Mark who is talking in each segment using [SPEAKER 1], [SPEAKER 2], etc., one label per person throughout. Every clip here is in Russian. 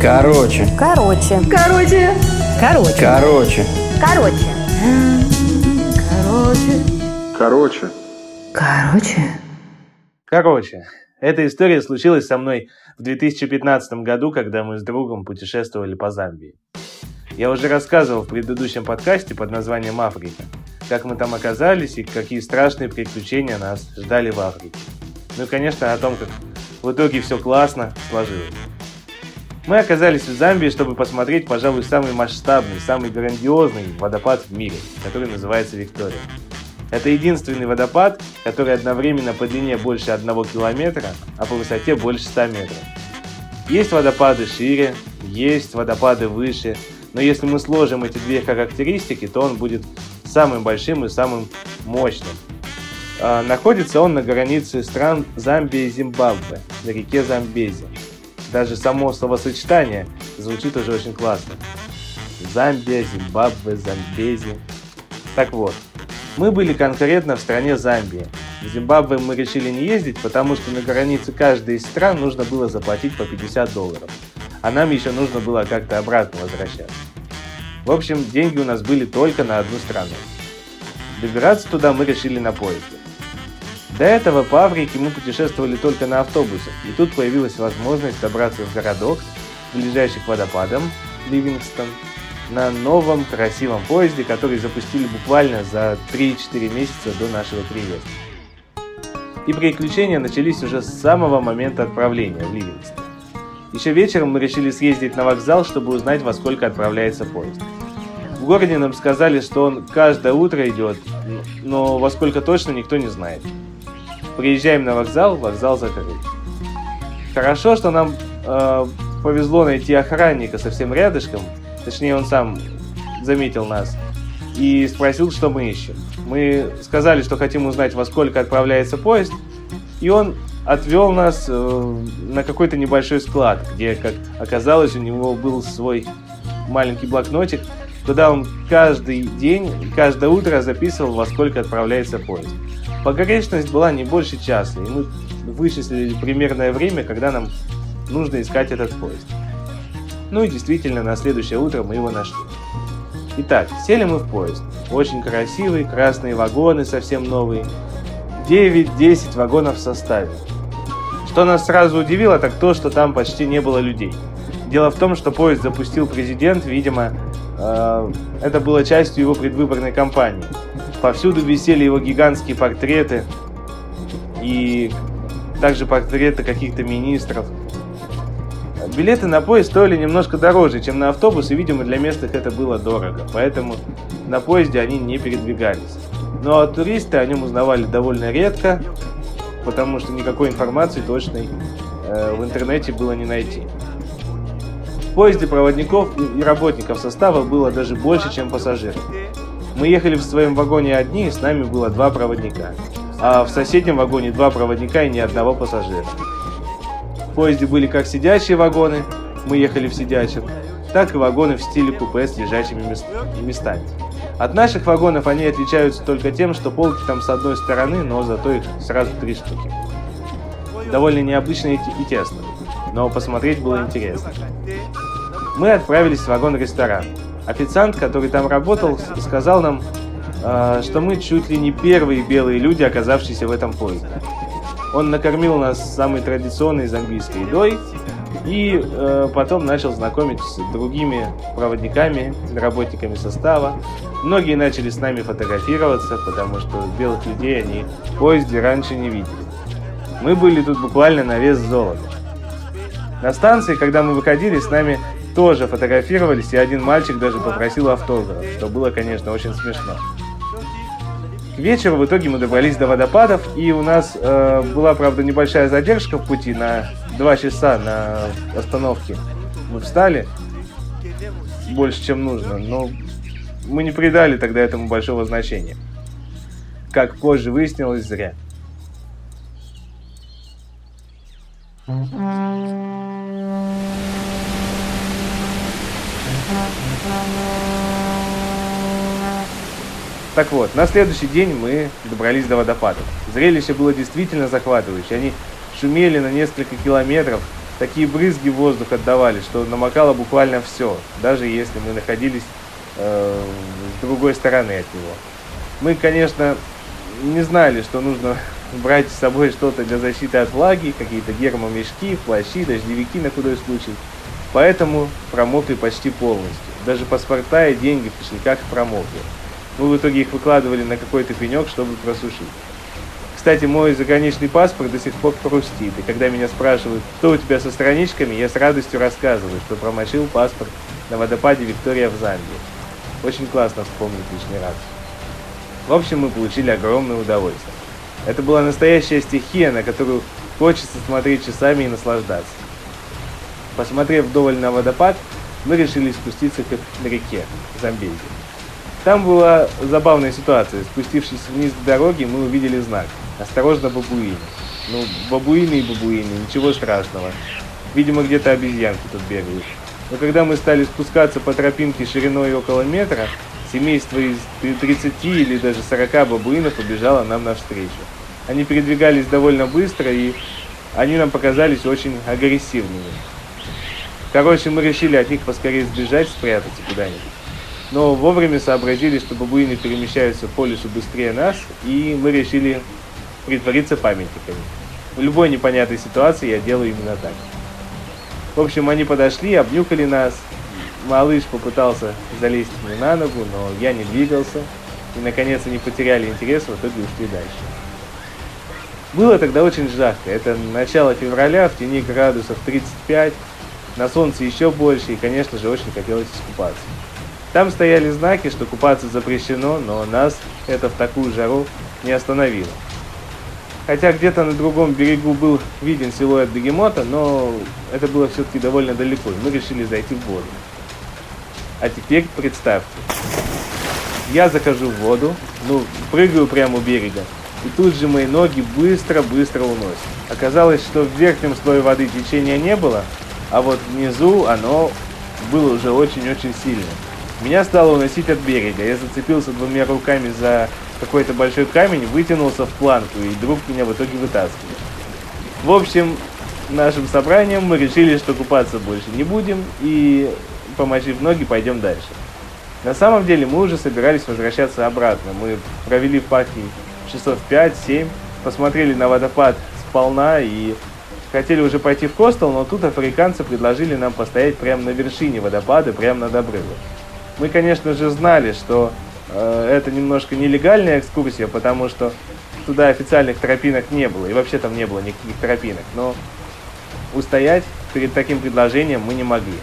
[SPEAKER 1] Короче.
[SPEAKER 2] Короче.
[SPEAKER 3] Короче.
[SPEAKER 2] Короче.
[SPEAKER 1] Короче.
[SPEAKER 2] Короче.
[SPEAKER 3] Короче.
[SPEAKER 2] Короче.
[SPEAKER 4] Короче, эта история случилась со мной в 2015 году, когда мы с другом путешествовали по Замбии. Я уже рассказывал в предыдущем подкасте под названием «Африка», как мы там оказались и какие страшные приключения нас ждали в Африке. Ну и, конечно, о том, как в итоге все классно сложилось. Мы оказались в Замбии, чтобы посмотреть, пожалуй, самый масштабный, самый грандиозный водопад в мире, который называется Виктория. Это единственный водопад, который одновременно по длине больше 1 километра, а по высоте больше 100 метров. Есть водопады шире, есть водопады выше, но если мы сложим эти две характеристики, то он будет самым большим и самым мощным. Находится он на границе стран Замбия и Зимбабве, на реке Замбези. Даже само словосочетание звучит уже очень классно. Замбия, Зимбабве, Замбези. Так вот, мы были конкретно в стране Замбия. В Зимбабве мы решили не ездить, потому что на границе каждой из стран нужно было заплатить по $50. А нам еще нужно было как-то обратно возвращаться. В общем, деньги у нас были только на одну страну. Добираться туда мы решили на поезде. До этого по Африке мы путешествовали только на автобусе, и тут появилась возможность добраться в городок, ближайший к водопадам, Ливингстон, на новом красивом поезде, который запустили буквально за 3-4 месяца до нашего приезда. И приключения начались уже с самого момента отправления в Ливингстон. Еще вечером мы решили съездить на вокзал, чтобы узнать, во сколько отправляется поезд. В городе нам сказали, что он каждое утро идет, но во сколько точно никто не знает. Приезжаем на вокзал, вокзал закрыт. Хорошо, что нам повезло найти охранника совсем рядышком, точнее он сам заметил нас и спросил, что мы ищем. Мы сказали, что хотим узнать, во сколько отправляется поезд, и он отвел нас на какой-то небольшой склад, где, как оказалось, у него был свой маленький блокнотик, куда он каждый день, каждое утро записывал, во сколько отправляется поезд. Погрешность была не больше часа, и мы вычислили примерное время, когда нам нужно искать этот поезд. Ну и действительно, на следующее утро мы его нашли. Итак, сели мы в поезд. Очень красивый, красные вагоны, совсем новые. 9-10 вагонов в составе. Что нас сразу удивило, так то, что там почти не было людей. Дело в том, что поезд запустил президент, видимо, это было частью его предвыборной кампании. Повсюду висели его гигантские портреты и также портреты каких-то министров. Билеты на поезд стоили немножко дороже, чем на автобус, и, видимо, для местных это было дорого, поэтому на поезде они не передвигались. Но туристы о нем узнавали довольно редко, потому что никакой информации точной в интернете было не найти. В поезде проводников и работников состава было даже больше, чем пассажиров. Мы ехали в своем вагоне одни, и с нами было 2 проводника, а в соседнем вагоне 2 проводника и ни одного пассажира. В поезде были как сидячие вагоны, мы ехали в сидячем, так и вагоны в стиле купе с лежачими местами. От наших вагонов они отличаются только тем, что полки там с одной стороны, но зато их сразу 3 штуки. Довольно необычно и тесно, но посмотреть было интересно. Мы отправились в вагон-ресторан. Официант, который там работал, сказал нам, что мы чуть ли не первые белые люди, оказавшиеся в этом поезде. Он накормил нас самой традиционной замбийской едой и потом начал знакомить с другими проводниками, работниками состава. Многие начали с нами фотографироваться, потому что белых людей они в поезде раньше не видели. Мы были тут буквально на вес золота. На станции, когда мы выходили, с нами тоже фотографировались, и один мальчик даже попросил автограф, что было, конечно, очень смешно. К вечеру в итоге мы добрались до водопадов, и у нас была, правда, небольшая задержка в пути на 2 часа на остановке. Мы встали больше, чем нужно, но мы не придали тогда этому большого значения. Как позже выяснилось, зря. Так вот, на следующий день мы добрались до водопадов. Зрелище было действительно захватывающее. Они шумели на несколько километров, такие брызги в воздух отдавали, что намокало буквально все, даже если мы находились с другой стороны от него. Мы, конечно, не знали, что нужно брать с собой что-то для защиты от влаги, какие-то гермомешки, плащи, дождевики на худой случай. Поэтому промокли почти полностью. Даже паспорта и деньги в кошельках промокли. Мы в итоге их выкладывали на какой-то пенек, чтобы просушить. Кстати, мой заграничный паспорт до сих пор хрустит, и когда меня спрашивают, что у тебя со страничками, я с радостью рассказываю, что промочил паспорт на водопаде Виктория в Замбии. Очень классно вспомнить лишний раз. В общем, мы получили огромное удовольствие. Это была настоящая стихия, на которую хочется смотреть часами и наслаждаться. Посмотрев вдоволь на водопад, мы решили спуститься к реке Замбези. Там была забавная ситуация. Спустившись вниз к дороге, мы увидели знак «Осторожно, бабуины». Ну, бабуины и бабуины, ничего страшного. Видимо, где-то обезьянки тут бегают. Но когда мы стали спускаться по тропинке шириной около метра, семейство из 30 или даже 40 бабуинов побежало нам навстречу. Они передвигались довольно быстро, и они нам показались очень агрессивными. Короче, мы решили от них поскорее сбежать, спрятаться куда-нибудь. Но вовремя сообразили, что бабуины перемещаются по лесу быстрее нас, и мы решили притвориться памятниками. В любой непонятной ситуации я делаю именно так. В общем, они подошли, обнюхали нас. Малыш попытался залезть мне на ногу, но я не двигался. И, наконец, они потеряли интерес, в итоге ушли дальше. Было тогда очень жарко. Это начало февраля, в тени градусов 35, на солнце еще больше, и, конечно же, очень хотелось искупаться. Там стояли знаки, что купаться запрещено, но нас это в такую жару не остановило. Хотя где-то на другом берегу был виден силуэт бегемота, но это было все-таки довольно далеко, и мы решили зайти в воду. А теперь представьте, я захожу в воду, прыгаю прямо у берега, и тут же мои ноги быстро-быстро уносят. Оказалось, что в верхнем слое воды течения не было, а вот внизу оно было уже очень-очень сильно. Меня стало уносить от берега. Я зацепился двумя руками за какой-то большой камень, вытянулся в планку, и друг меня в итоге вытаскивает. В общем, нашим собранием мы решили, что купаться больше не будем, и, помочив ноги, пойдем дальше. На самом деле мы уже собирались возвращаться обратно. Мы провели в парке часов 5-7, посмотрели на водопад сполна и хотели уже пойти в хостел, но тут африканцы предложили нам постоять прямо на вершине водопада, прямо над обрывом. Мы, конечно же, знали, что это немножко нелегальная экскурсия, потому что туда официальных тропинок не было, и вообще там не было никаких тропинок, но устоять перед таким предложением мы не могли.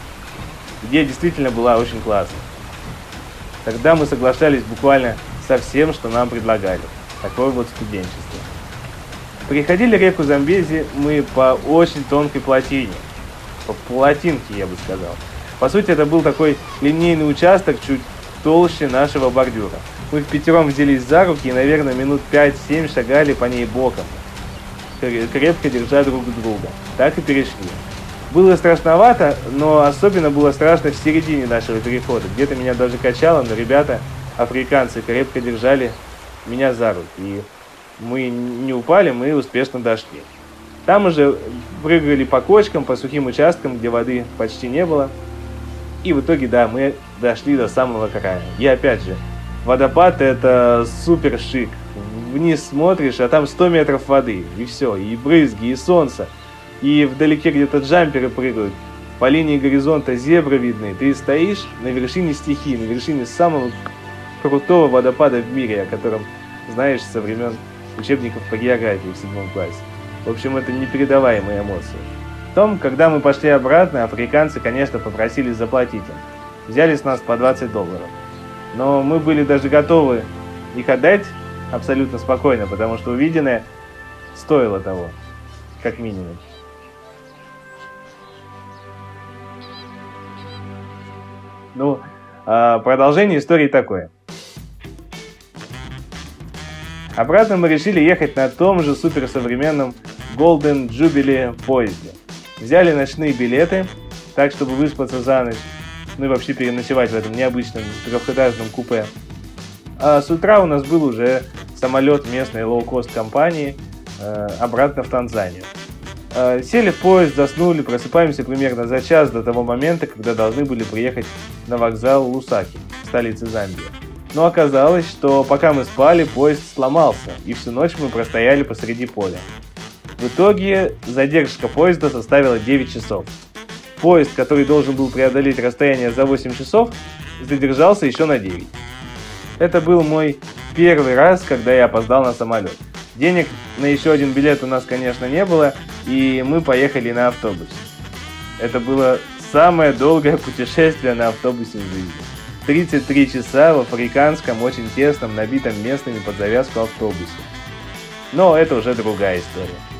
[SPEAKER 4] Идея действительно была очень классной. Тогда мы соглашались буквально со всем, что нам предлагали. Такое вот студенчество. Переходили реку Замбези мы по очень тонкой плотине. По плотинке, я бы сказал. По сути, это был такой линейный участок, чуть толще нашего бордюра. Мы впятером взялись за руки и, наверное, минут 5-7 шагали по ней боком, крепко держа друг друга. Так и перешли. Было страшновато, но особенно было страшно в середине нашего перехода. Где-то меня даже качало, но ребята, африканцы, крепко держали меня за руки. И мы не упали, мы успешно дошли. Там уже прыгали по кочкам, по сухим участкам, где воды почти не было. И в итоге, да, мы дошли до самого края. И опять же, водопад — это супер шик. Вниз смотришь, а там 100 метров воды. И все, и брызги, и солнце. И вдалеке где-то джамперы прыгают. По линии горизонта зебры видны. Ты стоишь на вершине стихии, на вершине самого крутого водопада в мире, о котором знаешь со времен учебников по географии в 7 классе. В общем, это непередаваемые эмоции. Потом, когда мы пошли обратно, африканцы, конечно, попросили заплатить им. Взяли с нас по $20. Но мы были даже готовы их отдать абсолютно спокойно, потому что увиденное стоило того, как минимум. Продолжение истории такое. Обратно мы решили ехать на том же суперсовременном Golden Jubilee поезде. Взяли ночные билеты, так, чтобы выспаться за ночь, и вообще переночевать в этом необычном трехэтажном купе. А с утра у нас был уже самолет местной лоу-кост компании обратно в Танзанию. Сели в поезд, заснули, просыпаемся примерно за час до того момента, когда должны были приехать на вокзал Лусаки, столицы Замбии. Но оказалось, что пока мы спали, поезд сломался, и всю ночь мы простояли посреди поля. В итоге задержка поезда составила 9 часов. Поезд, который должен был преодолеть расстояние за 8 часов, задержался еще на 9. Это был мой первый раз, когда я опоздал на самолет. Денег на еще один билет у нас, конечно, не было, и мы поехали на автобусе. Это было самое долгое путешествие на автобусе в жизни. 33 часа в африканском, очень тесном, набитом местными под завязку автобусе. Но это уже другая история.